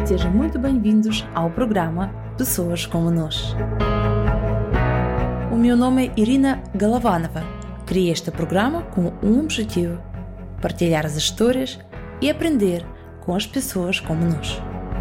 Sejam muito bem-vindos ao programa Pessoas como Nós. O meu nome é Irina Galovanova. Criei este programa com um objetivo: partilhar as histórias e aprender com as pessoas como nós.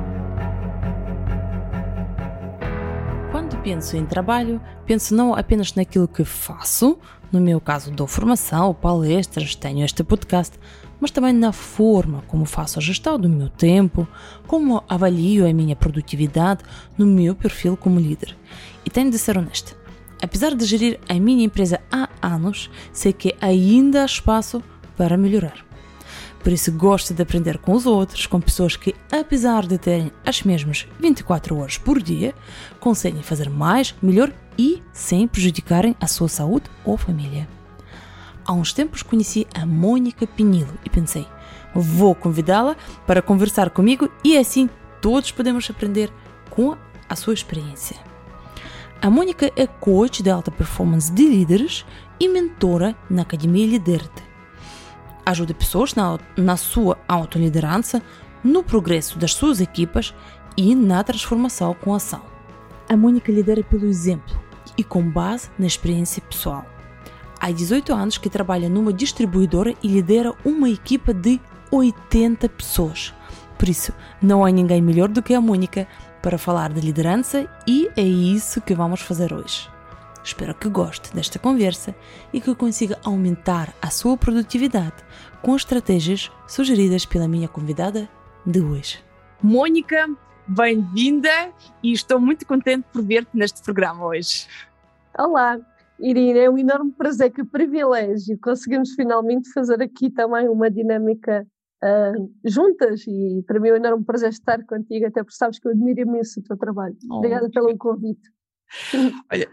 Quando penso em trabalho, penso não apenas naquilo que faço, no meu caso dou formação, palestras, tenho este podcast, mas também na forma como faço a gestão do meu tempo, como avalio a minha produtividade no meu perfil como líder. E tenho de ser honesta, apesar de gerir a minha empresa há anos, sei que ainda há espaço para melhorar. Por isso gosto de aprender com os outros, com pessoas que, apesar de terem as mesmas 24 horas por dia, conseguem fazer mais, melhor e sem prejudicarem a sua saúde ou família. Há uns tempos conheci a Mônica Pinilo e pensei, vou convidá-la para conversar comigo e assim todos podemos aprender com a sua experiência. A Mônica é coach de alta performance de líderes e mentora na Academia Liderte. Ajuda pessoas na sua autoliderança, no progresso das suas equipas e na transformação com ação. A Mônica lidera pelo exemplo e com base na experiência pessoal. Há 18 anos que trabalha numa distribuidora e lidera uma equipa de 80 pessoas. Por isso, não há ninguém melhor do que a Mônica para falar de liderança e é isso que vamos fazer hoje. Espero que goste desta conversa e que consiga aumentar a sua produtividade com as estratégias sugeridas pela minha convidada de hoje. Mônica, bem-vinda e estou muito contente por ver-te neste programa hoje. Olá, Irina, é um enorme prazer, que privilégio. Conseguimos finalmente fazer aqui também uma dinâmica juntas e para mim é um enorme prazer estar contigo, até porque sabes que eu admiro imenso o teu trabalho. Obrigada pelo convite. Olha,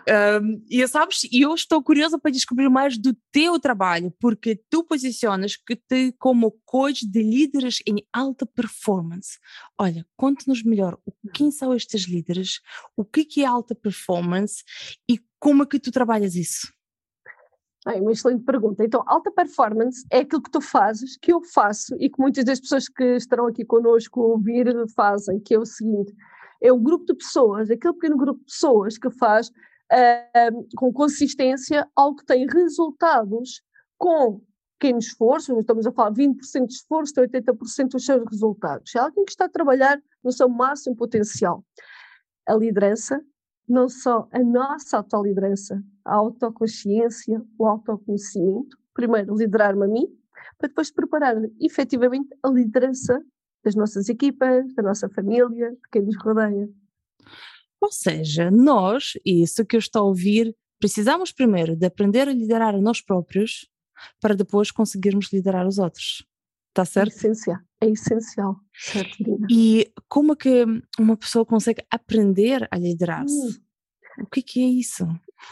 eu estou curiosa para descobrir mais do teu trabalho, porque tu posicionas que te como coach de líderes em alta performance. Olha, conte-nos melhor quem são estes líderes, o que é alta performance e como é que tu trabalhas isso? Uma excelente pergunta. Então, alta performance é aquilo que tu fazes, que eu faço e que muitas das pessoas que estarão aqui connosco a ouvir fazem, que é o seguinte: é um grupo de pessoas, aquele pequeno grupo de pessoas que faz com consistência algo que tem resultados com pequeno esforço, estamos a falar 20% de esforço, 80% dos seus resultados. É alguém que está a trabalhar no seu máximo potencial. A liderança, não só a nossa autoliderança, a autoconsciência, o autoconhecimento, primeiro liderar-me a mim, para depois preparar efetivamente a liderança das nossas equipas, da nossa família, de quem nos rodeia. Ou seja, nós, e isso que eu estou a ouvir, precisamos primeiro de aprender a liderar a nós próprios para depois conseguirmos liderar os outros. Está certo? É essencial, certo, Irina? E como é que uma pessoa consegue aprender a liderar-se? O que é isso?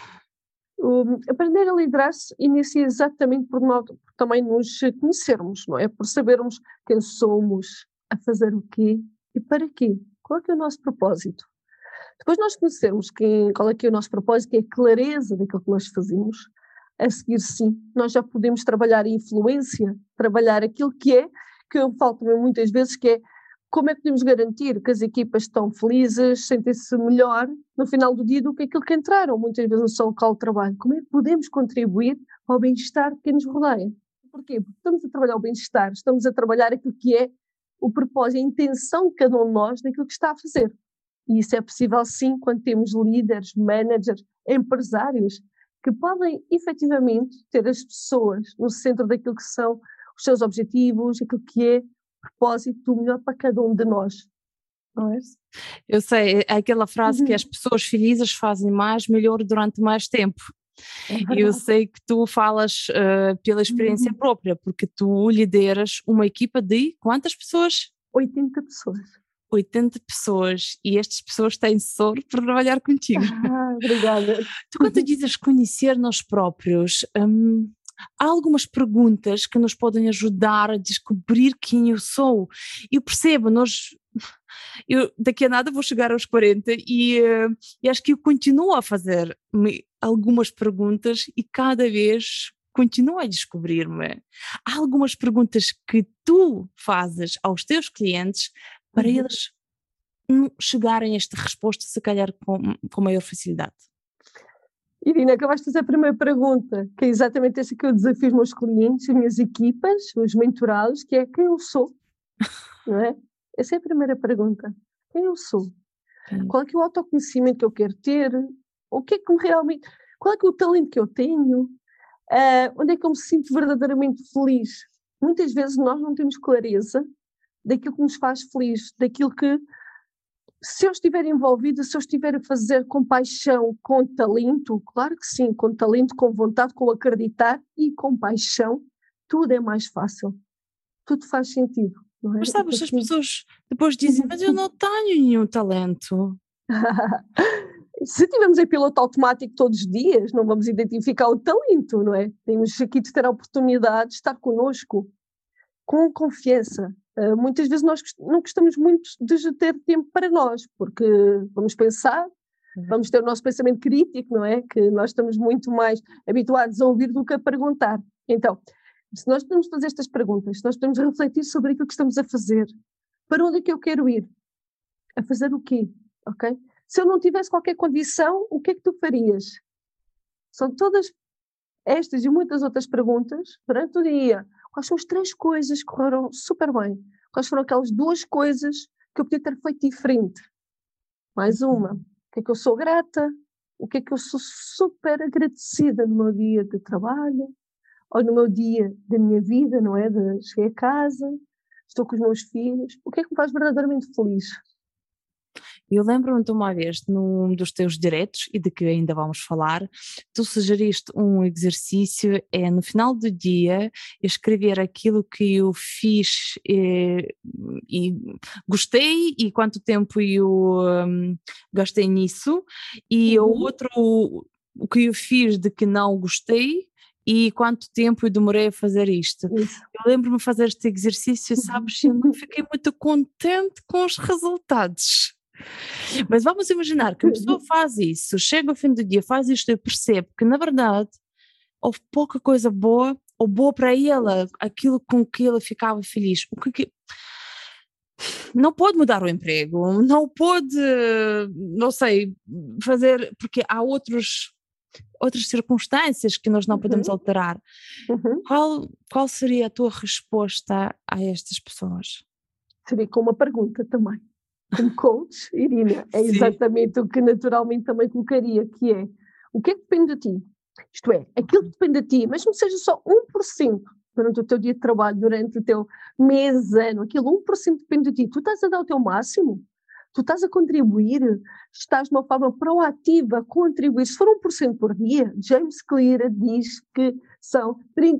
Aprender a liderar-se inicia exatamente por também nos conhecermos, não é? Por sabermos quem somos, a fazer o quê e para quê. Qual é que é o nosso propósito? Depois nós conhecermos qual é que é o nosso propósito, que é a clareza daquilo que nós fazemos, a seguir sim, nós já podemos trabalhar a influência, trabalhar aquilo que eu falo também muitas vezes, que é como é que podemos garantir que as equipas estão felizes, sentem-se melhor no final do dia do que aquilo que entraram, muitas vezes no seu local de trabalho. Como é que podemos contribuir ao bem-estar de quem nos rodeia? Porquê? Porque estamos a trabalhar o bem-estar, estamos a trabalhar aquilo que é o propósito, a intenção de cada um de nós naquilo que está a fazer. E isso é possível sim quando temos líderes, managers, empresários que podem efetivamente ter as pessoas no centro daquilo que são os seus objetivos, aquilo que é o propósito do melhor para cada um de nós. Não é? Eu sei, é aquela frase que as pessoas felizes fazem mais, melhor durante mais tempo. E eu sei que tu falas pela experiência própria, porque tu lideras uma equipa de quantas pessoas? 80 pessoas. 80 pessoas, e estas pessoas têm sorte por trabalhar contigo. Obrigada. Tu, quando dizes conhecer nós próprios, há algumas perguntas que nos podem ajudar a descobrir quem eu sou. Eu percebo, eu daqui a nada vou chegar aos 40 e acho que eu continuo a fazer algumas perguntas e cada vez continuo a descobrir-me. Há algumas perguntas que tu fazes aos teus clientes para eles chegarem a esta resposta, se calhar com maior facilidade? Irina, acabaste de fazer a primeira pergunta, que é exatamente essa que eu desafio os meus clientes, as minhas equipas, os mentorados, que é quem eu sou, não é? Essa é a primeira pergunta. Quem eu sou? Qual é que é o autoconhecimento que eu quero ter? O que é que realmente... Qual é que é o talento que eu tenho? Onde é que eu me sinto verdadeiramente feliz? Muitas vezes nós não temos clareza daquilo que nos faz feliz, daquilo que, se eu estiver envolvida, se eu estiver a fazer com paixão, com talento, claro que sim, com talento, com vontade, com acreditar e com paixão, tudo é mais fácil, tudo faz sentido, não é? Mas sabes, as pessoas depois dizem, mas eu não tenho nenhum talento. Se estivermos em piloto automático todos os dias, não vamos identificar o talento, não é? Temos aqui de ter a oportunidade de estar connosco, com confiança. Muitas vezes nós não gostamos muito de ter tempo para nós, porque vamos pensar, vamos ter o nosso pensamento crítico, não é? Que nós estamos muito mais habituados a ouvir do que a perguntar. Então, se nós podemos fazer estas perguntas, se nós podemos refletir sobre aquilo que estamos a fazer, para onde é que eu quero ir? A fazer o quê? Ok? Se eu não tivesse qualquer condição, o que é que tu farias? São todas estas e muitas outras perguntas durante o dia. Quais são as 3 coisas que correram super bem? Quais foram aquelas 2 coisas que eu podia ter feito diferente? Mais uma. O que é que eu sou grata? O que é que eu sou super agradecida no meu dia de trabalho? Ou no meu dia da minha vida, não é? Cheguei a casa, estou com os meus filhos. O que é que me faz verdadeiramente feliz? Eu lembro-me de uma vez, num dos teus diretos, e de que ainda vamos falar, tu sugeriste um exercício, no final do dia, escrever aquilo que eu fiz e gostei, e quanto tempo eu gastei nisso, e o outro, o que eu fiz de que não gostei, e quanto tempo eu demorei a fazer isto. Isso. Eu lembro-me de fazer este exercício, sabes, eu não fiquei muito contente com os resultados. Mas vamos imaginar que a pessoa faz isso, chega ao fim do dia, faz isto e percebe que, na verdade, houve pouca coisa boa, ou boa para ela, aquilo com que ela ficava feliz. Não pode mudar o emprego, não pode, não sei, fazer, porque há outras circunstâncias que nós não podemos alterar. Qual seria a tua resposta a estas pessoas? Seria com uma pergunta também. Como coach, Irina, é exatamente o que naturalmente também colocaria, que é, o que é que depende de ti? Isto é, aquilo que depende de ti, mesmo que seja só 1% durante o teu dia de trabalho, durante o teu mês, ano, aquilo 1% depende de ti. Tu estás a dar o teu máximo? Tu estás a contribuir? Estás de uma forma proativa a contribuir? Se for 1% por dia, James Clear diz que são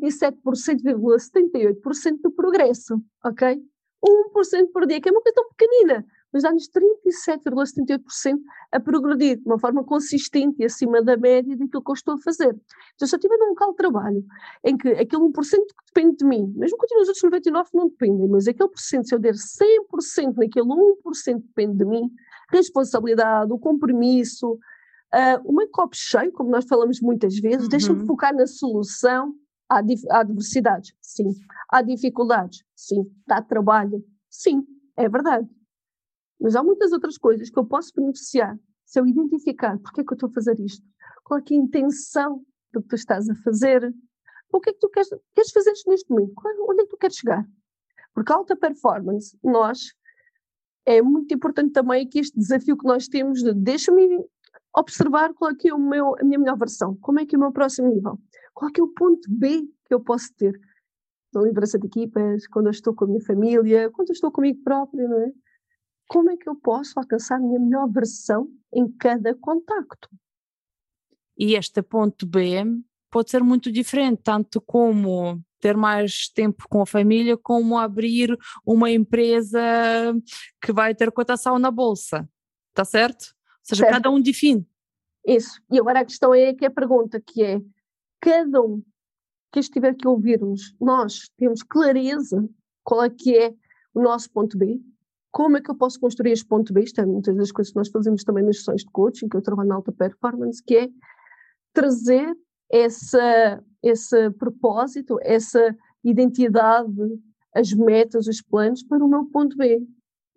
37,78% do progresso, ok? 1% por dia, que é uma coisa tão pequenina, mas dá-nos 37,78% a progredir de uma forma consistente e acima da média daquilo que eu estou a fazer. Então, se eu estiver num local de trabalho em que aquele 1% que depende de mim, mesmo que os outros 99% não dependem, mas aquele porcento, se eu der 100% naquele 1% que depende de mim, responsabilidade, o compromisso, o meio copo cheio, como nós falamos muitas vezes, deixa-me focar na solução. Há adversidades? Sim. Há dificuldades? Sim. Dá trabalho? Sim, é verdade. Mas há muitas outras coisas que eu posso beneficiar se eu identificar porque é que eu estou a fazer isto, qual é que é a intenção do que tu estás a fazer, o que é que tu queres fazer isto neste momento, onde é que tu queres chegar? Porque a alta performance, é muito importante também aqui este desafio que nós temos de deixa-me observar qual é que é a minha melhor versão, como é que é o meu próximo nível, qual é que é o ponto B que eu posso ter na liderança de equipas, quando eu estou com a minha família, quando eu estou comigo própria, não é? Como é que eu posso alcançar a minha melhor versão em cada contacto? E este ponto B pode ser muito diferente, tanto como ter mais tempo com a família, como abrir uma empresa que vai ter cotação na bolsa, está certo? Ou seja, certo. Cada um define. Isso, e agora a questão é que a pergunta que é, cada um que estiver aqui a ouvir-nos, nós temos clareza qual é que é o nosso ponto B, como é que eu posso construir este ponto B, isto é muitas das coisas que nós fazemos também nas sessões de coaching, que eu trabalho na alta performance, que é trazer esse propósito, essa identidade, as metas, os planos para o meu ponto B.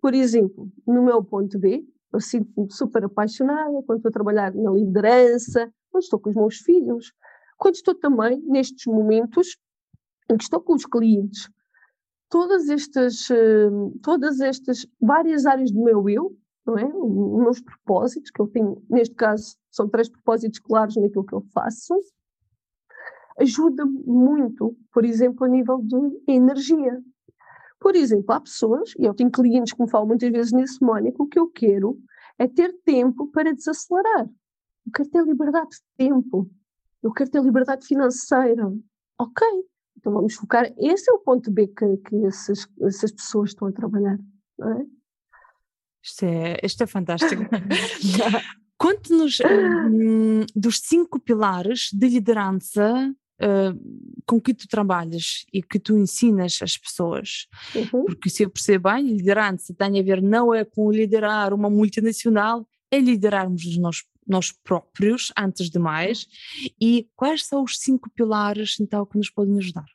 Por exemplo, no meu ponto B, eu sinto-me super apaixonada quando estou a trabalhar na liderança, quando estou com os meus filhos, quando estou também nestes momentos em que estou com os clientes. Todas estas várias áreas do meu eu, não é? Os meus propósitos, que eu tenho, neste caso, são 3 propósitos claros naquilo que eu faço, ajuda-me muito, por exemplo, a nível de energia. Por exemplo, há pessoas, e eu tenho clientes que me falam muitas vezes nisso, Mónica, o que eu quero é ter tempo para desacelerar. Eu quero ter liberdade de tempo. Eu quero ter liberdade financeira. Ok, então vamos focar. Esse é o ponto B que essas pessoas estão a trabalhar, não é? Isto é fantástico. Conte-nos dos 5 pilares de liderança com que tu trabalhas e que tu ensinas as pessoas. Porque se eu percebo bem, liderança tem a ver não é com liderar uma multinacional, é liderarmos nós próprios, antes de mais. E quais são os 5 pilares, então, que nos podem ajudar?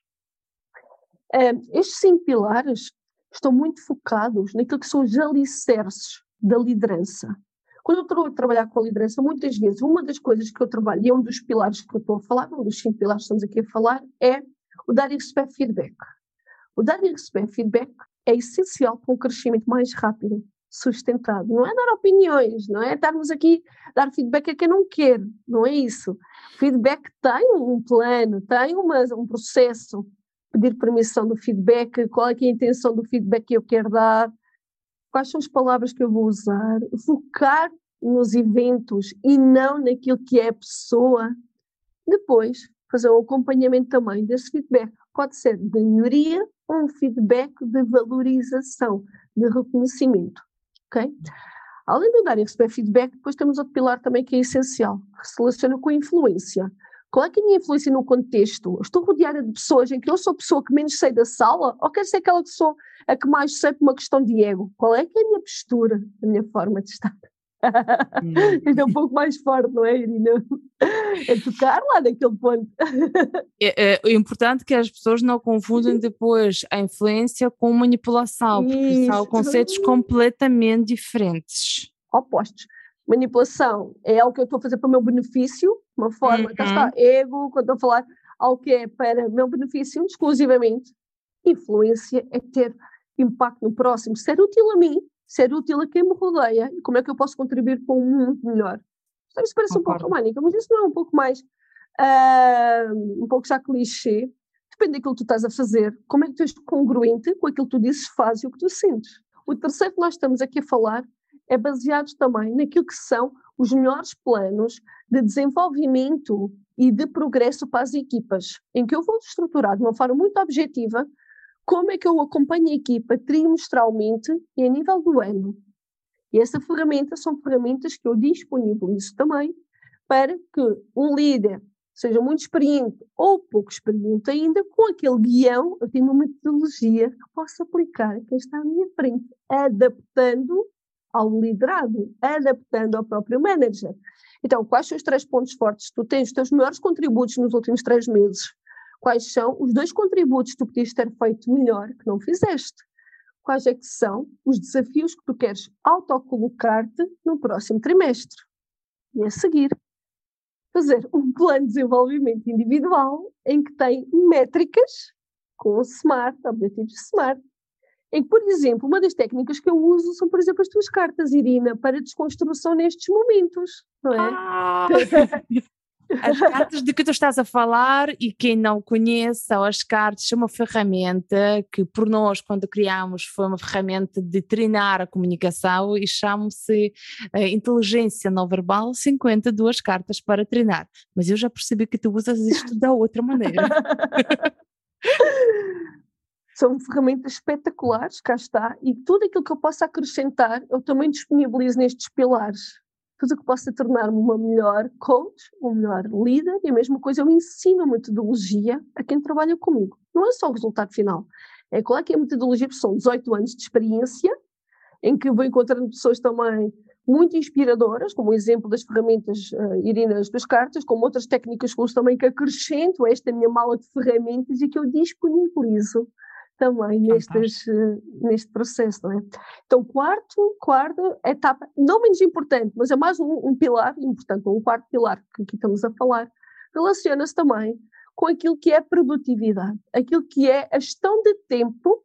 Estes 5 pilares estão muito focados naquilo que são os alicerces da liderança. Quando eu estou a trabalhar com a liderança, muitas vezes, uma das coisas que eu trabalho, e é um dos pilares que eu estou a falar, um dos 5 pilares que estamos aqui a falar, é o dar e receber feedback. O dar e receber feedback é essencial para um crescimento mais rápido, sustentado. Não é dar opiniões, não é estarmos aqui a dar feedback a quem não quer, não é isso. Feedback tem um plano, tem um processo. Pedir permissão do feedback, qual é que é a intenção do feedback que eu quero dar, quais são as palavras que eu vou usar, focar nos eventos e não naquilo que é a pessoa. Depois, fazer um acompanhamento também desse feedback. Pode ser de melhoria ou um feedback de valorização, de reconhecimento. Ok? Além de dar e receber feedback, depois temos outro pilar também que é essencial, que se relaciona com a influência. Qual é que é a minha influência no contexto? Estou rodeada de pessoas em que eu sou a pessoa que menos sei da sala ou quero ser aquela que sou a que mais sei por uma questão de ego? Qual é que é a minha postura, a minha forma de estar? Este é um pouco mais forte, não é, Irina? É tocar lá naquele ponto. É importante que as pessoas não confundam depois a influência com manipulação, porque são conceitos completamente diferentes. Opostos. Manipulação é algo que eu estou a fazer para o meu benefício, uma forma, cá está, ego, quando estou a falar algo que é para o meu benefício exclusivamente. Influência é ter impacto no próximo, ser útil a mim, ser útil a quem me rodeia, e como é que eu posso contribuir para um mundo melhor. Isso parece um pouco romântico, mas isso não é um pouco mais, um pouco já clichê. Depende daquilo que tu estás a fazer, como é que tu és congruente com aquilo que tu dizes, fazes e o que tu sentes. O terceiro que nós estamos aqui a falar é baseado também naquilo que são os melhores planos de desenvolvimento e de progresso para as equipas, em que eu vou estruturar de uma forma muito objetiva como é que eu acompanho a equipa trimestralmente e a nível do ano. E essa ferramenta são ferramentas que eu disponibilizo também para que um líder seja muito experiente ou pouco experiente ainda, com aquele guião, eu tenho uma metodologia que posso aplicar a quem está à minha frente, adaptando ao liderado, adaptando ao próprio manager. Então, quais são os 3 pontos fortes? Tu tens os teus melhores contributos nos últimos 3 meses. Quais são os 2 contributos que tu podias ter feito melhor que não fizeste? Quais é que são os desafios que tu queres autocolocar-te no próximo trimestre? E a seguir, fazer um plano de desenvolvimento individual em que tem métricas com o SMART, objetivos SMART, em que, por exemplo, uma das técnicas que eu uso são, por exemplo, as tuas cartas, Irina, para desconstrução nestes momentos, não é? As cartas de que tu estás a falar, e quem não conhece, as cartas são uma ferramenta que por nós, quando criámos, foi uma ferramenta de treinar a comunicação e chama-se inteligência não verbal, 52 cartas para treinar. Mas eu já percebi que tu usas isto da outra maneira. São ferramentas espetaculares, cá está, e tudo aquilo que eu possa acrescentar, eu também disponibilizo nestes pilares. Tudo o que possa tornar-me uma melhor coach, um melhor líder, e a mesma coisa, eu ensino a metodologia a quem trabalha comigo. Não é só o resultado final. É qual é que é a metodologia, porque são 18 anos de experiência, em que vou encontrando pessoas também muito inspiradoras, como o exemplo das ferramentas, Irina, das cartas, como outras técnicas que uso também, que acrescento a esta minha mala de ferramentas e que eu disponibilizo também neste processo, não é? Então, quarta etapa, não menos importante, mas é mais um pilar importante, um quarto pilar que aqui estamos a falar, relaciona-se também com aquilo que é a produtividade, aquilo que é a gestão de tempo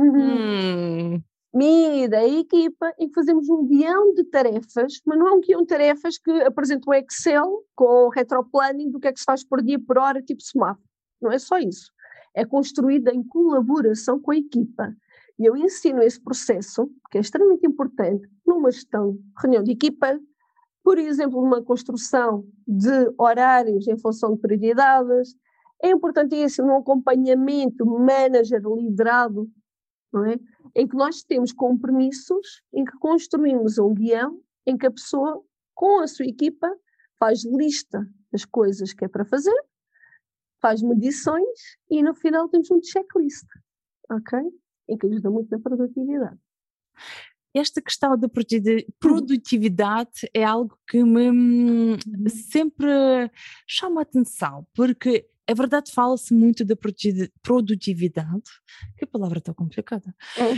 minha e da equipa, em que fazemos um guião de tarefas, mas não é um guião de tarefas que apresenta um Excel com retroplanning do que é que se faz por dia, por hora, tipo semáforo. Não é só isso. É construída em colaboração com a equipa. E eu ensino esse processo, que é extremamente importante, numa reunião de equipa, por exemplo, numa construção de horários em função de prioridades. É importantíssimo num acompanhamento manager liderado, não é? Em que nós temos compromissos, em que construímos um guião, em que a pessoa, com a sua equipa, faz lista das coisas que é para fazer, faz medições e no final temos um checklist, ok? Em que ajuda muito na produtividade. Esta questão da produtividade é algo que me sempre chama a atenção, porque é verdade, fala-se muito da produtividade, que palavra tão complicada.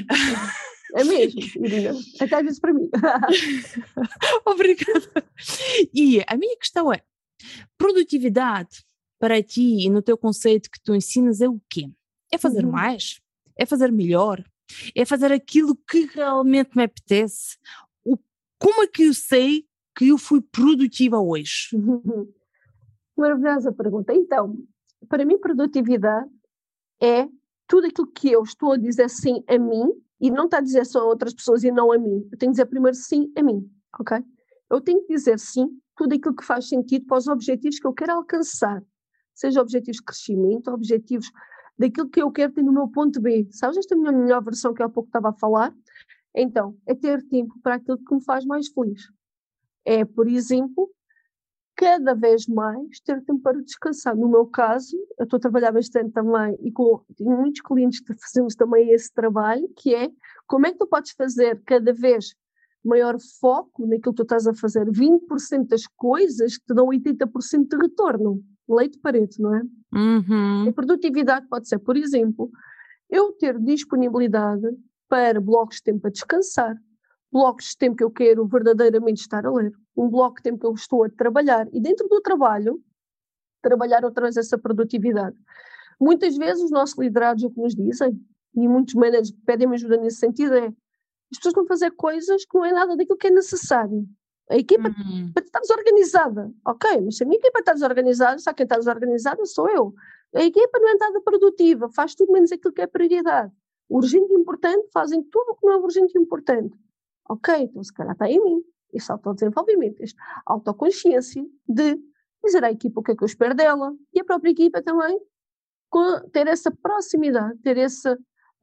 É mesmo, Irina, até às vezes para mim. Obrigada. E a minha questão é, produtividade para ti e no teu conceito que tu ensinas é o quê? É fazer mais? É fazer melhor? É fazer aquilo que realmente me apetece? Como é que eu sei que eu fui produtiva hoje? Maravilhosa pergunta. Então, para mim produtividade é tudo aquilo que eu estou a dizer sim a mim, e não está a dizer só a outras pessoas e não a mim. Eu tenho que dizer primeiro sim a mim, ok? Eu tenho que dizer sim tudo aquilo que faz sentido para os objetivos que eu quero alcançar, seja objetivos de crescimento, objetivos daquilo que eu quero ter no meu ponto B. Sabes esta minha melhor versão que há pouco estava a falar? Então, é ter tempo para aquilo que me faz mais feliz. É, por exemplo, cada vez mais ter tempo para descansar. No meu caso, eu estou a trabalhar bastante também e tenho muitos clientes que fazemos também esse trabalho, que é como é que tu podes fazer cada vez maior foco naquilo que tu estás a fazer, 20% das coisas que te dão 80% de retorno. Leite parede, não é? A produtividade pode ser, por exemplo, eu ter disponibilidade para blocos de tempo a descansar, blocos de tempo que eu quero verdadeiramente estar a ler, um bloco de tempo que eu estou a trabalhar e dentro do trabalho, trabalhar outra vez essa produtividade. Muitas vezes os nossos liderados o que nos dizem, e muitos managers pedem-me ajuda nesse sentido, é as pessoas vão fazer coisas que não é nada daquilo que é necessário. A equipa está desorganizada. Ok, mas se a minha equipa está desorganizada, só quem está desorganizada sou eu. A equipa não é nada produtiva, faz tudo menos aquilo que é prioridade. Urgente e importante fazem tudo o que não é urgente e importante. Ok, então se calhar está em mim. Este autodesenvolvimento, esta autoconsciência de dizer à equipa o que é que eu espero dela e a própria equipa também ter essa proximidade, ter esse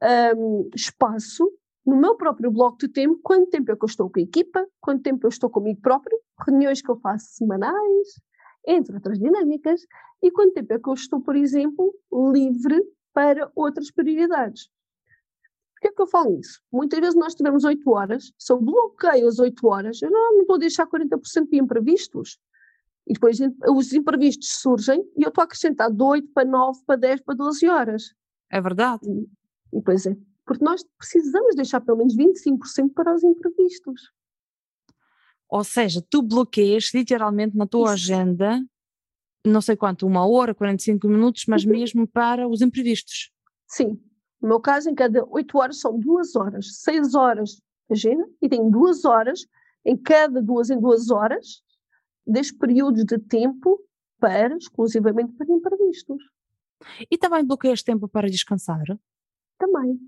espaço no meu próprio bloco de tempo, quanto tempo é que eu estou com a equipa, quanto tempo eu estou comigo próprio, reuniões que eu faço semanais, entre outras dinâmicas, e quanto tempo é que eu estou, por exemplo, livre para outras prioridades. Porquê é que eu falo nisso? Muitas vezes nós tivemos 8 horas, se eu bloqueio as 8 horas, eu não estou a deixar 40% de imprevistos. E depois os imprevistos surgem e eu estou a acrescentar de 8 para 9, para 10, para 12 horas. É verdade. E pois é. Porque nós precisamos deixar pelo menos 25% para os imprevistos. Ou seja, tu bloqueias literalmente na tua agenda, não sei quanto, 1 hora, 45 minutos, mas mesmo para os imprevistos. Sim. No meu caso, em cada 8 horas são 2 horas. 6 horas agenda e tenho 2 horas, em cada 2 em 2 horas, destes períodos de tempo exclusivamente para imprevistos. E também bloqueias tempo para descansar? Também.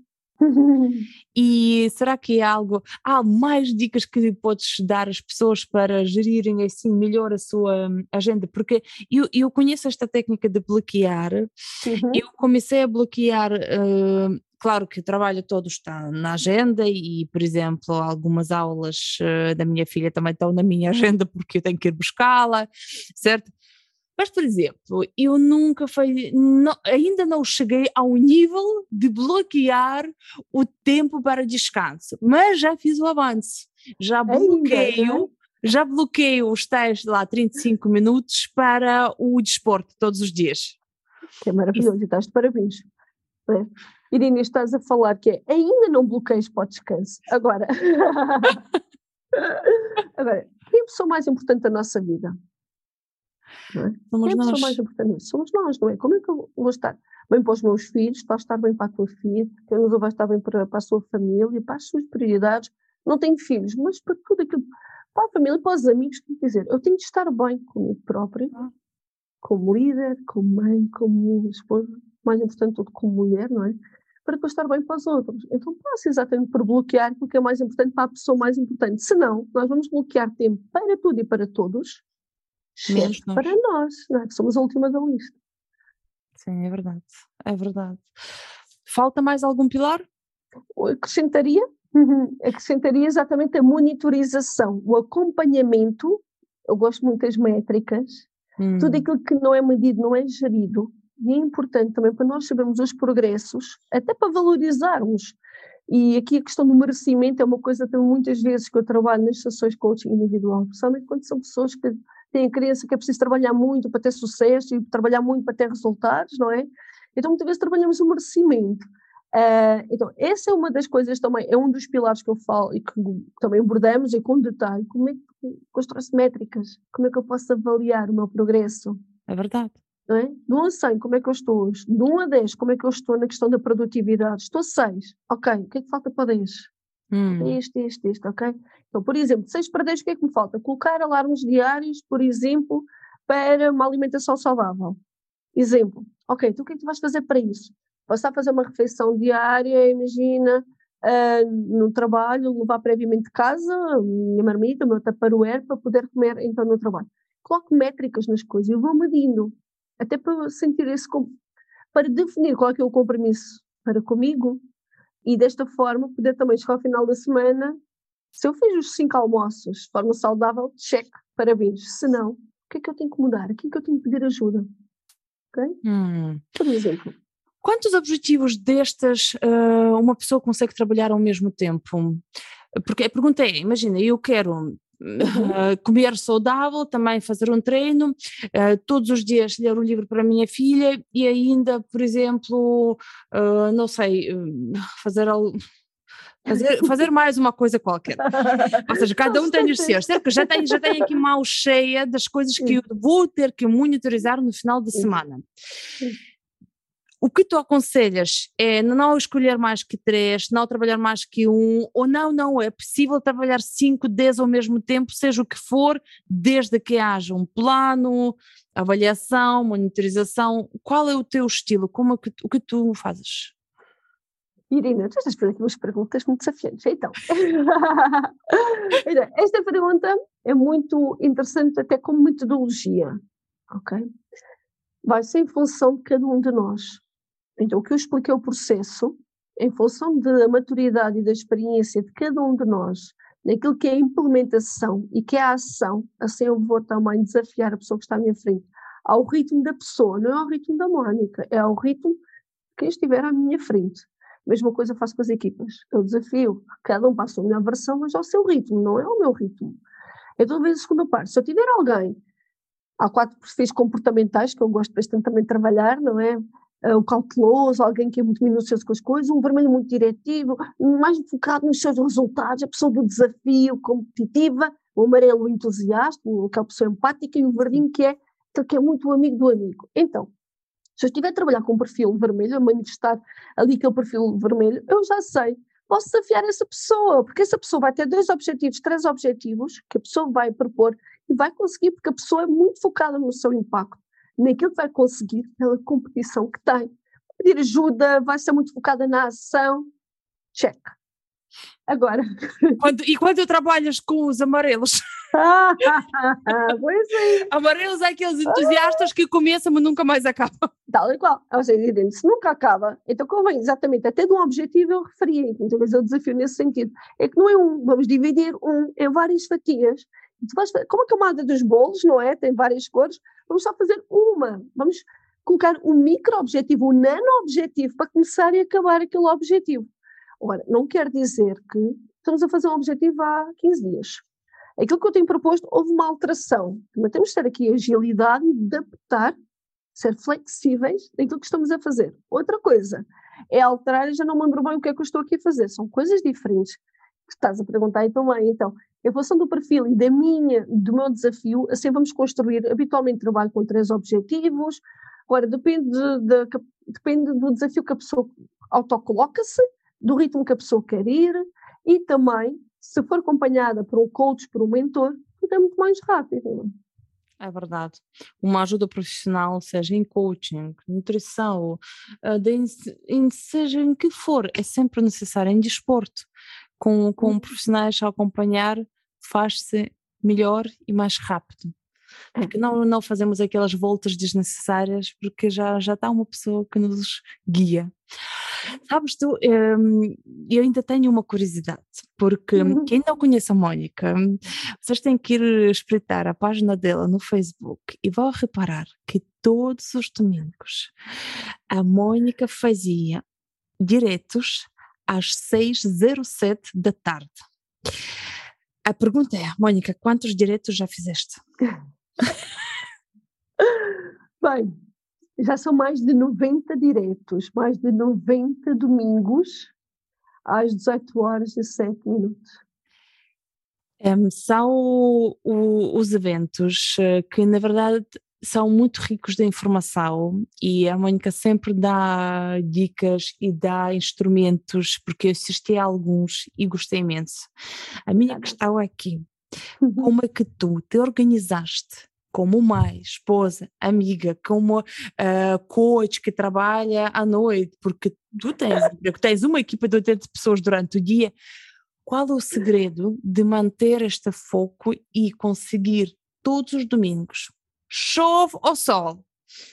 E será que há mais dicas que podes dar às pessoas para gerirem assim melhor a sua agenda? Porque eu conheço esta técnica de bloquear, eu comecei a bloquear, claro que o trabalho todo está na agenda e, por exemplo, algumas aulas da minha filha também estão na minha agenda porque eu tenho que ir buscá-la, certo? Mas, por exemplo, eu ainda não cheguei ao nível de bloquear o tempo para descanso, mas já fiz o avanço, já bloqueio os tais lá 35 minutos para o desporto todos os dias. Que é maravilhoso, e estás de parabéns. Irina, estás a falar que é ainda não bloqueios para o descanso. Agora, quem é a pessoa mais importante da nossa vida? Não é? Somos Quem é a pessoa nós. mais importante? Somos nós, não é? Como é que eu vou estar bem para os meus filhos, vais estar bem para a tua filha, que eu vai estar bem para a sua família, para as suas prioridades? Não tenho filhos, mas para tudo aquilo, para a família, para os amigos, quer dizer, eu tenho de estar bem comigo própria, como líder, como mãe, como esposa, mais importante tudo, como mulher, não é? Para depois estar bem para os outros. Então passa exatamente por bloquear aquilo que é mais importante para a pessoa mais importante. Senão, nós vamos bloquear tempo para tudo e para todos, Menos exceto nós. para nós, não é? Que somos a última da lista. Sim, é verdade. É verdade. Falta mais algum pilar? Acrescentaria exatamente a monitorização, o acompanhamento. Eu gosto muito das métricas. Tudo aquilo que não é medido, não é gerido. E é importante também para nós sabermos os progressos, até para valorizarmos. E aqui a questão do merecimento é uma coisa também muitas vezes que eu trabalho nas sessões de coaching individual, principalmente quando são pessoas que têm a crença que é preciso trabalhar muito para ter sucesso e trabalhar muito para ter resultados, não é? Então muitas vezes trabalhamos o merecimento. Então essa é uma das coisas também, é um dos pilares que eu falo e que também abordamos e com detalhe, como é que constrói-se métricas, como é que eu posso avaliar o meu progresso? É verdade. Não é? De 1 a 100, como é que eu estou hoje? De 1 a 10, como é que eu estou na questão da produtividade? Estou a 6, ok, o que é que falta para 10? Este, ok? Então, por exemplo, de 6 para 10, o que é que me falta? Colocar alarmes diários, por exemplo, para uma alimentação saudável. Exemplo, ok, então o que é que tu vais fazer para isso? Passar a fazer uma refeição diária, imagina, no trabalho, levar previamente de casa, a minha marmita, o meu tupperware, para poder comer então no trabalho. Coloco métricas nas coisas, eu vou medindo, até para sentir para definir qual é que é o compromisso para comigo e desta forma poder também chegar ao final da semana, se eu fiz os 5 almoços de forma saudável, cheque, parabéns. Se não, o que é que eu tenho que mudar? Aqui é que eu tenho que pedir ajuda. Ok? Por exemplo. Quantos objetivos destes uma pessoa consegue trabalhar ao mesmo tempo? Porque a pergunta é, imagina, eu quero comer saudável, também fazer um treino, todos os dias ler um livro para a minha filha e ainda, por exemplo, não sei, fazer mais uma coisa qualquer. Ou seja, cada um tem os seus. Certo? Já tenho aqui mão cheia das coisas que eu vou ter que monitorizar no final de semana. O que tu aconselhas é não escolher mais que 3, não trabalhar mais que 1, ou não, é possível trabalhar 5, 10 ao mesmo tempo, seja o que for, desde que haja um plano, avaliação, monitorização. Qual é o teu estilo? O que tu fazes? Irina, tu estás a fazer aqui umas perguntas muito desafiantes. Então, esta pergunta é muito interessante até como metodologia, ok? Vai ser em função de cada um de nós. Então, o que eu expliquei o processo, em função da maturidade e da experiência de cada um de nós, naquilo que é a implementação e que é a ação, assim eu vou também desafiar a pessoa que está à minha frente ao ritmo da pessoa, não é ao ritmo da Mónica, é ao ritmo de quem estiver à minha frente. Mesma coisa faço com as equipas. Eu desafio, cada um passa a minha versão, mas ao seu ritmo, não é ao meu ritmo. Então, vejo a segunda parte. Se eu tiver alguém, há 4 perfis comportamentais, que eu gosto bastante também de trabalhar, não é? O cauteloso, alguém que é muito minucioso com as coisas, um vermelho muito diretivo, mais focado nos seus resultados, a pessoa do desafio, competitiva, o amarelo entusiasta, aquela pessoa empática, e o verdinho que é aquele que é muito o amigo do amigo. Então, se eu estiver a trabalhar com um perfil vermelho, a manifestar ali aquele perfil vermelho, eu já sei, posso desafiar essa pessoa, porque essa pessoa vai ter 2 objetivos, 3 objetivos, que a pessoa vai propor e vai conseguir, porque a pessoa é muito focada no seu impacto, naquilo que vai conseguir pela competição que tem. Pedir ajuda, vai ser muito focada na ação, check. Agora... E quando trabalhas com os amarelos? Pois é. Amarelos é aqueles entusiastas que começam mas nunca mais acabam. Tal e qual. Ou seja, se nunca acaba, então convém exatamente até de um objetivo eu referia, muitas vezes eu desafio nesse sentido. É que não é vamos dividir em várias fatias. Como a camada dos bolos, não é? Tem várias cores, vamos só fazer uma. Vamos colocar um micro-objetivo, um nano-objetivo para começar e acabar aquele objetivo. Ora, não quer dizer que estamos a fazer um objetivo há 15 dias. Aquilo que eu tenho proposto, houve uma alteração. Mas temos de ter aqui agilidade e adaptar, ser flexíveis naquilo que estamos a fazer. Outra coisa é alterar e já não me lembro bem o que é que eu estou aqui a fazer. São coisas diferentes que estás a perguntar aí também. Então, em função do perfil e do meu desafio, assim vamos construir. Habitualmente trabalho com 3 objetivos. Agora, depende do desafio que a pessoa autocoloca-se, do ritmo que a pessoa quer ir e também, se for acompanhada por um coach, por um mentor, tudo é muito mais rápido. É verdade. Uma ajuda profissional, seja em coaching, nutrição, seja em que for, é sempre necessário em desporto. Com profissionais a acompanhar, faz-se melhor e mais rápido. Porque não fazemos aquelas voltas desnecessárias, porque já está uma pessoa que nos guia. Sabes tu, eu ainda tenho uma curiosidade, porque quem não conhece a Mónica, vocês têm que ir espreitar a página dela no Facebook e vão reparar que todos os domingos a Mónica fazia diretos às 6h07 da tarde. A pergunta é, Mónica, quantos diretos já fizeste? Bem, já são mais de 90 diretos, mais de 90 domingos, às 18h07. São os eventos que, na verdade, são muito ricos de informação e a Mónica sempre dá dicas e dá instrumentos, porque eu assisti a alguns e gostei imenso. A minha questão é aqui, como é que tu te organizaste como mãe, esposa, amiga, como coach que trabalha à noite, porque tu tens uma equipa de 80 pessoas durante o dia. Qual é o segredo de manter este foco e conseguir todos os domingos, chove ou sol,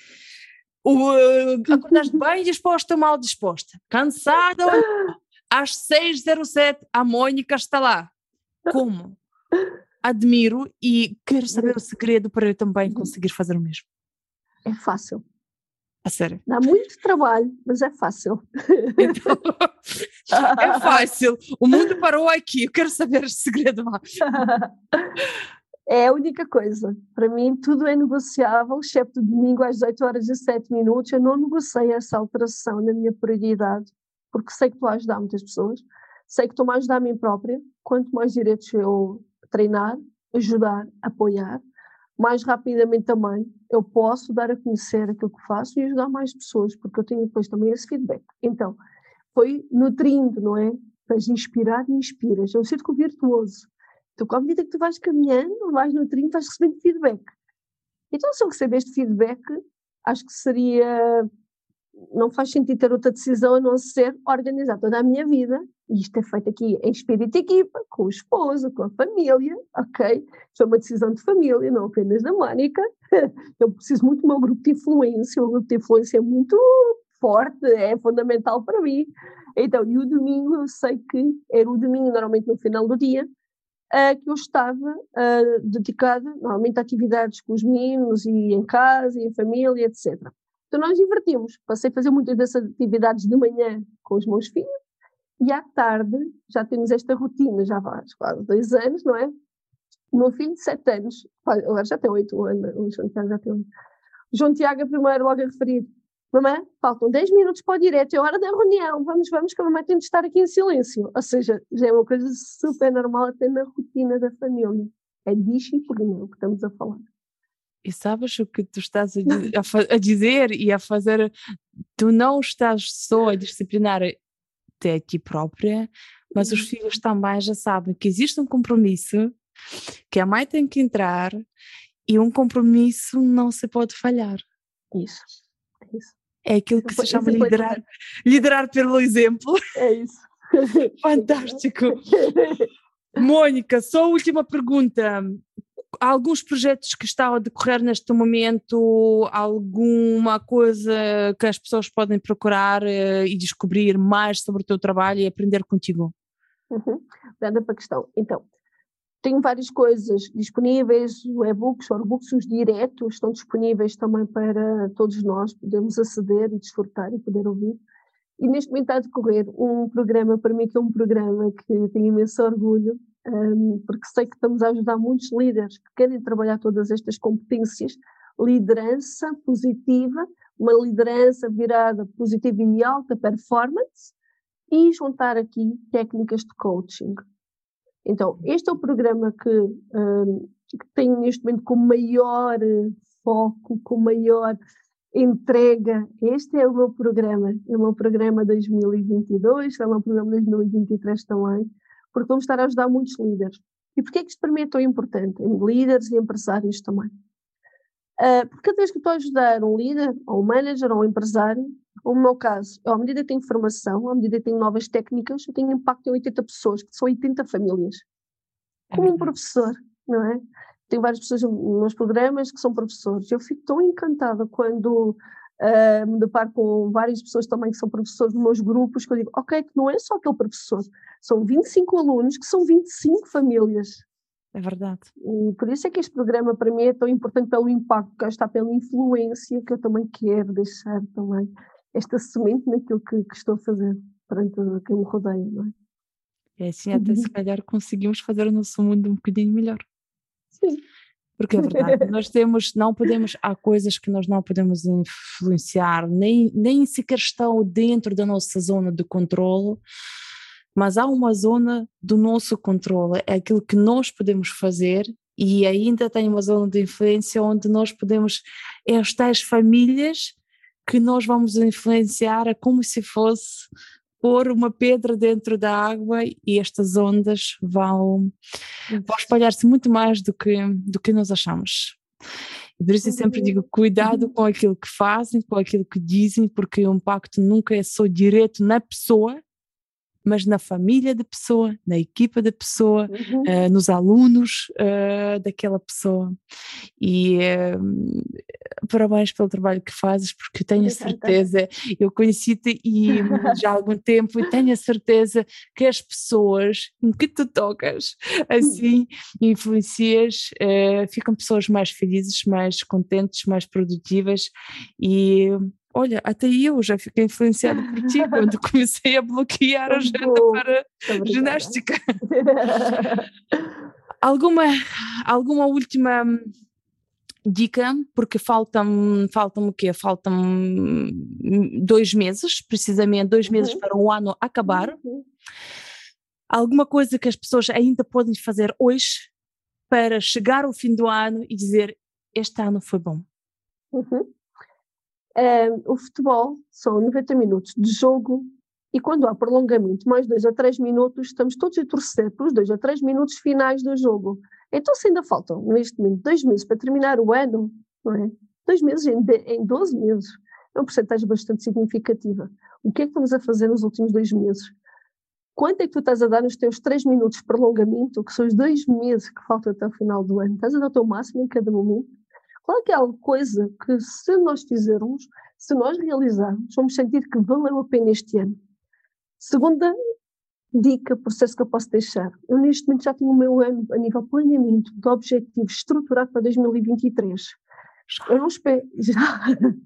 acordaste bem disposta ou mal disposta, cansada ou não, às 6h07 a Mónica está lá? Como? Admiro e quero saber o segredo para eu também conseguir fazer o mesmo. É fácil. A sério? Dá muito trabalho, mas é fácil. Então, é fácil. O mundo parou aqui. Eu quero saber o segredo lá. É a única coisa. Para mim, tudo é negociável, excepto domingo às 18h07. Eu não negociei essa alteração na minha prioridade, porque sei que estou a ajudar muitas pessoas, sei que estou a ajudar a mim própria. Quanto mais direitos eu treinar, ajudar, apoiar, mais rapidamente também eu posso dar a conhecer aquilo que faço e ajudar mais pessoas, porque eu tenho depois também esse feedback. Então, foi nutrindo, não é? Vais inspirar e inspiras. É um círculo virtuoso. Então, à medida que tu vais caminhando, vais nutrindo, vais recebendo feedback. Então, se eu receber este feedback, acho que não faz sentido ter outra decisão a não ser organizar toda a minha vida, e isto é feito aqui em espírito de equipa, com o esposo, com a família, ok? Isto é uma decisão de família, não apenas da Mónica. Eu preciso muito do meu grupo de influência, o grupo de influência é muito forte, é fundamental para mim. Então, e o domingo, eu sei que era o domingo, normalmente no final do dia, que eu estava dedicada, normalmente, a atividades com os meninos, e em casa, e em família, etc. Então nós invertimos. Passei a fazer muitas dessas atividades de manhã com os meus filhos e à tarde já temos esta rotina, já faz quase 2 anos, não é? O meu filho de 7 anos, agora já tem 8 anos, o João Tiago já tem 8. O João Tiago, primeiro logo a referir, mamãe, faltam 10 minutos para o direto, é hora da reunião, vamos, que a mamãe tem de estar aqui em silêncio. Ou seja, já é uma coisa super normal até na rotina da família. É disciplina o que estamos a falar. E sabes o que tu estás a dizer e a fazer? Tu não estás só a disciplinar-te a ti própria, mas os filhos também já sabem que existe um compromisso, que a mãe tem que entrar e um compromisso não se pode falhar. Isso. É aquilo que se chama liderar pelo exemplo. É isso. Fantástico. Mónica, só a última pergunta. Há alguns projetos que estão a decorrer neste momento, alguma coisa que as pessoas podem procurar e descobrir mais sobre o teu trabalho e aprender contigo? Dando para a questão. Então, tenho várias coisas disponíveis, e-books, workbooks, os diretos estão disponíveis também para todos nós, podemos aceder e desfrutar e poder ouvir. E neste momento está a decorrer um programa, para mim que é um programa que tenho imenso orgulho, porque sei que estamos a ajudar muitos líderes que querem trabalhar todas estas competências, liderança positiva, uma liderança virada positiva e alta performance e juntar aqui técnicas de coaching. Então, este é o programa que tem neste momento com maior foco, com maior entrega. Este é o meu programa 2022, é o meu programa 2023 também, porque vamos estar a ajudar muitos líderes. E porquê é que isto para mim é tão importante? Líderes e empresários também. Porque cada vez que estou a ajudar um líder, ou um manager, ou um empresário, ou no meu caso, à medida que tenho formação, à medida que tenho novas técnicas, eu tenho impacto em 80 pessoas, que são 80 famílias. Como um professor, não é? Tenho várias pessoas nos meus programas que são professores. Eu fico tão encantada quando me deparo com várias pessoas também que são professores nos meus grupos, que eu digo, ok, que não é só aquele professor, são 25 alunos que são 25 famílias. É verdade. E por isso é que este programa para mim é tão importante pelo impacto, que está pela influência que eu também quero deixar também esta semente naquilo que estou a fazer perante quem me rodeia, não é? E assim até se calhar conseguimos fazer o nosso mundo um bocadinho melhor. Sim. Porque é verdade, há coisas que nós não podemos influenciar, nem sequer estão dentro da nossa zona de controle, mas há uma zona do nosso controle, é aquilo que nós podemos fazer, e ainda tem uma zona de influência onde nós podemos, é as tais famílias que nós vamos influenciar, é como se fosse pôr uma pedra dentro da água e estas ondas vão espalhar-se muito mais do que nós achamos. E por isso eu sempre digo, cuidado com aquilo que fazem, com aquilo que dizem, porque o impacto nunca é só direto na pessoa, mas na família da pessoa, na equipa da pessoa, nos alunos daquela pessoa. E parabéns pelo trabalho que fazes, porque tenho a certeza, eu conheci-te já há algum tempo, e tenho a certeza que as pessoas em que tu tocas, assim, influencias, ficam pessoas mais felizes, mais contentes, mais produtivas. E olha, até eu já fiquei influenciada por ti quando comecei a bloquear a agenda para ginástica. Alguma última dica? Porque faltam o quê? Faltam 2 meses, precisamente 2 meses para o ano acabar. Alguma coisa que as pessoas ainda podem fazer hoje para chegar ao fim do ano e dizer, este ano foi bom? O futebol são 90 minutos de jogo e quando há prolongamento, mais 2 a 3 minutos, estamos todos a torcer pelos 2 a 3 minutos finais do jogo. Então, se ainda faltam, neste momento, 2 meses para terminar o ano, não é? 2 meses em 12 meses, é uma porcentagem bastante significativa. O que é que estamos a fazer nos últimos 2 meses? Quanto é que tu estás a dar nos teus 3 minutos de prolongamento, que são os 2 meses que faltam até o final do ano? Estás a dar o teu máximo em cada momento? Claro que é alguma coisa que, se nós fizermos, se nós realizarmos, vamos sentir que valeu a pena este ano. Segunda dica, processo que eu posso deixar. Eu, neste momento, já tenho o meu ano a nível de planeamento de objetivos estruturado para 2023. Eu não espero. Já.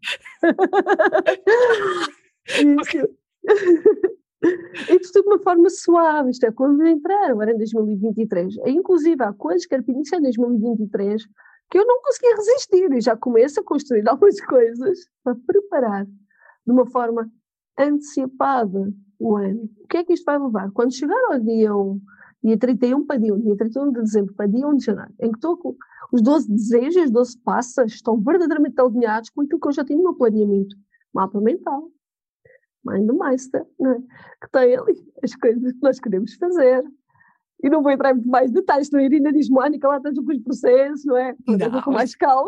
Isto de uma forma suave, isto é quando entrar agora em 2023. Inclusive, há coisas que quero iniciar em 2023 que eu não conseguia resistir e já começo a construir algumas coisas para preparar de uma forma antecipada o ano. O que é que isto vai levar? Quando chegar ao dia 31 para dia 31 de dezembro para dia 1 de janeiro, em que estou com os 12 desejos, os 12 passos, estão verdadeiramente alinhados com aquilo que eu já tenho no meu planeamento. Mapa mental, Mindmeister, não é? Que tem ali as coisas que nós queremos fazer. E não vou entrar em muito mais detalhes, senão a Irina diz, Mónica, lá estás com os processos, não é? Eu vou com mais calma.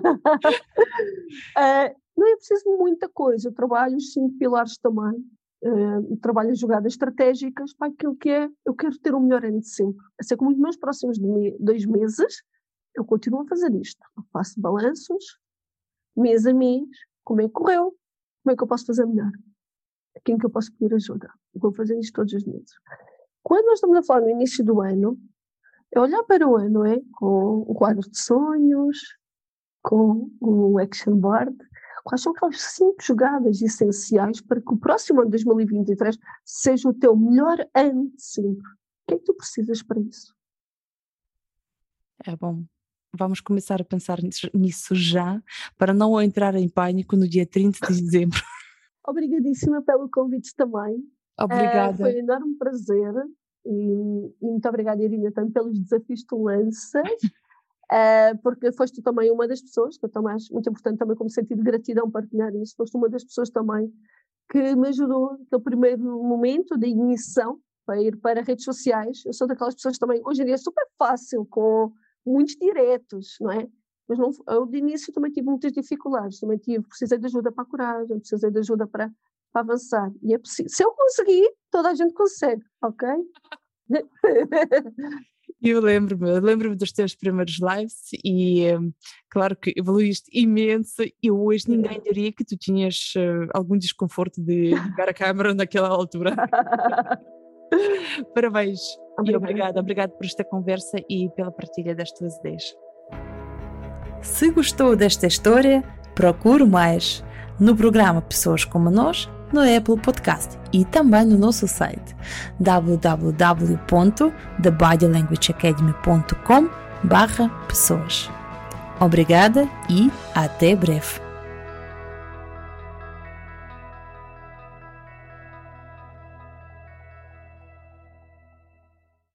Não é preciso muita coisa. Eu trabalho os 5 pilares também. Trabalho as jogadas estratégicas para aquilo que é, eu quero ter o melhor ano de sempre. Assim como nos meus próximos 2 meses, eu continuo a fazer isto. Eu faço balanços, mês a mês, como é que correu, como é que eu posso fazer melhor, a quem que eu posso pedir ajuda. Eu vou fazendo isto todos os meses. Quando nós estamos a falar no início do ano, é olhar para o ano, não é? Com o quadro de sonhos, com o action board. Quais são aquelas 5 jogadas essenciais para que o próximo ano de 2023 seja o teu melhor ano de sempre? O que é que tu precisas para isso? É bom. vamos começar a pensar nisso já, para não entrar em pânico no dia 30 de dezembro. Obrigadíssima pelo convite também. Obrigada. Foi um enorme prazer e muito obrigada, Irina, também pelos desafios que tu lanças, porque foste também uma das pessoas, que eu também acho muito importante também como sentido de gratidão partilhar isso, foste uma das pessoas também que me ajudou naquele primeiro momento de ignição para ir para redes sociais. Eu sou daquelas pessoas também, hoje em dia é super fácil, com muitos diretos, não é? Mas não, eu de início também tive muitas dificuldades, precisei de ajuda para a coragem, precisei de ajuda para avançar. E é possível. Se eu conseguir, toda a gente consegue, ok? Eu lembro-me dos teus primeiros lives e claro que evoluíste imenso e hoje ninguém diria que tu tinhas algum desconforto de ligar a câmera naquela altura. Parabéns e obrigada por esta conversa e pela partilha das tuas ideias. Se gostou desta história, procure mais no programa Pessoas Como Nós, no Apple Podcast e também no nosso site www.thebodylanguageacademy.com/pessoas. Obrigada e até breve.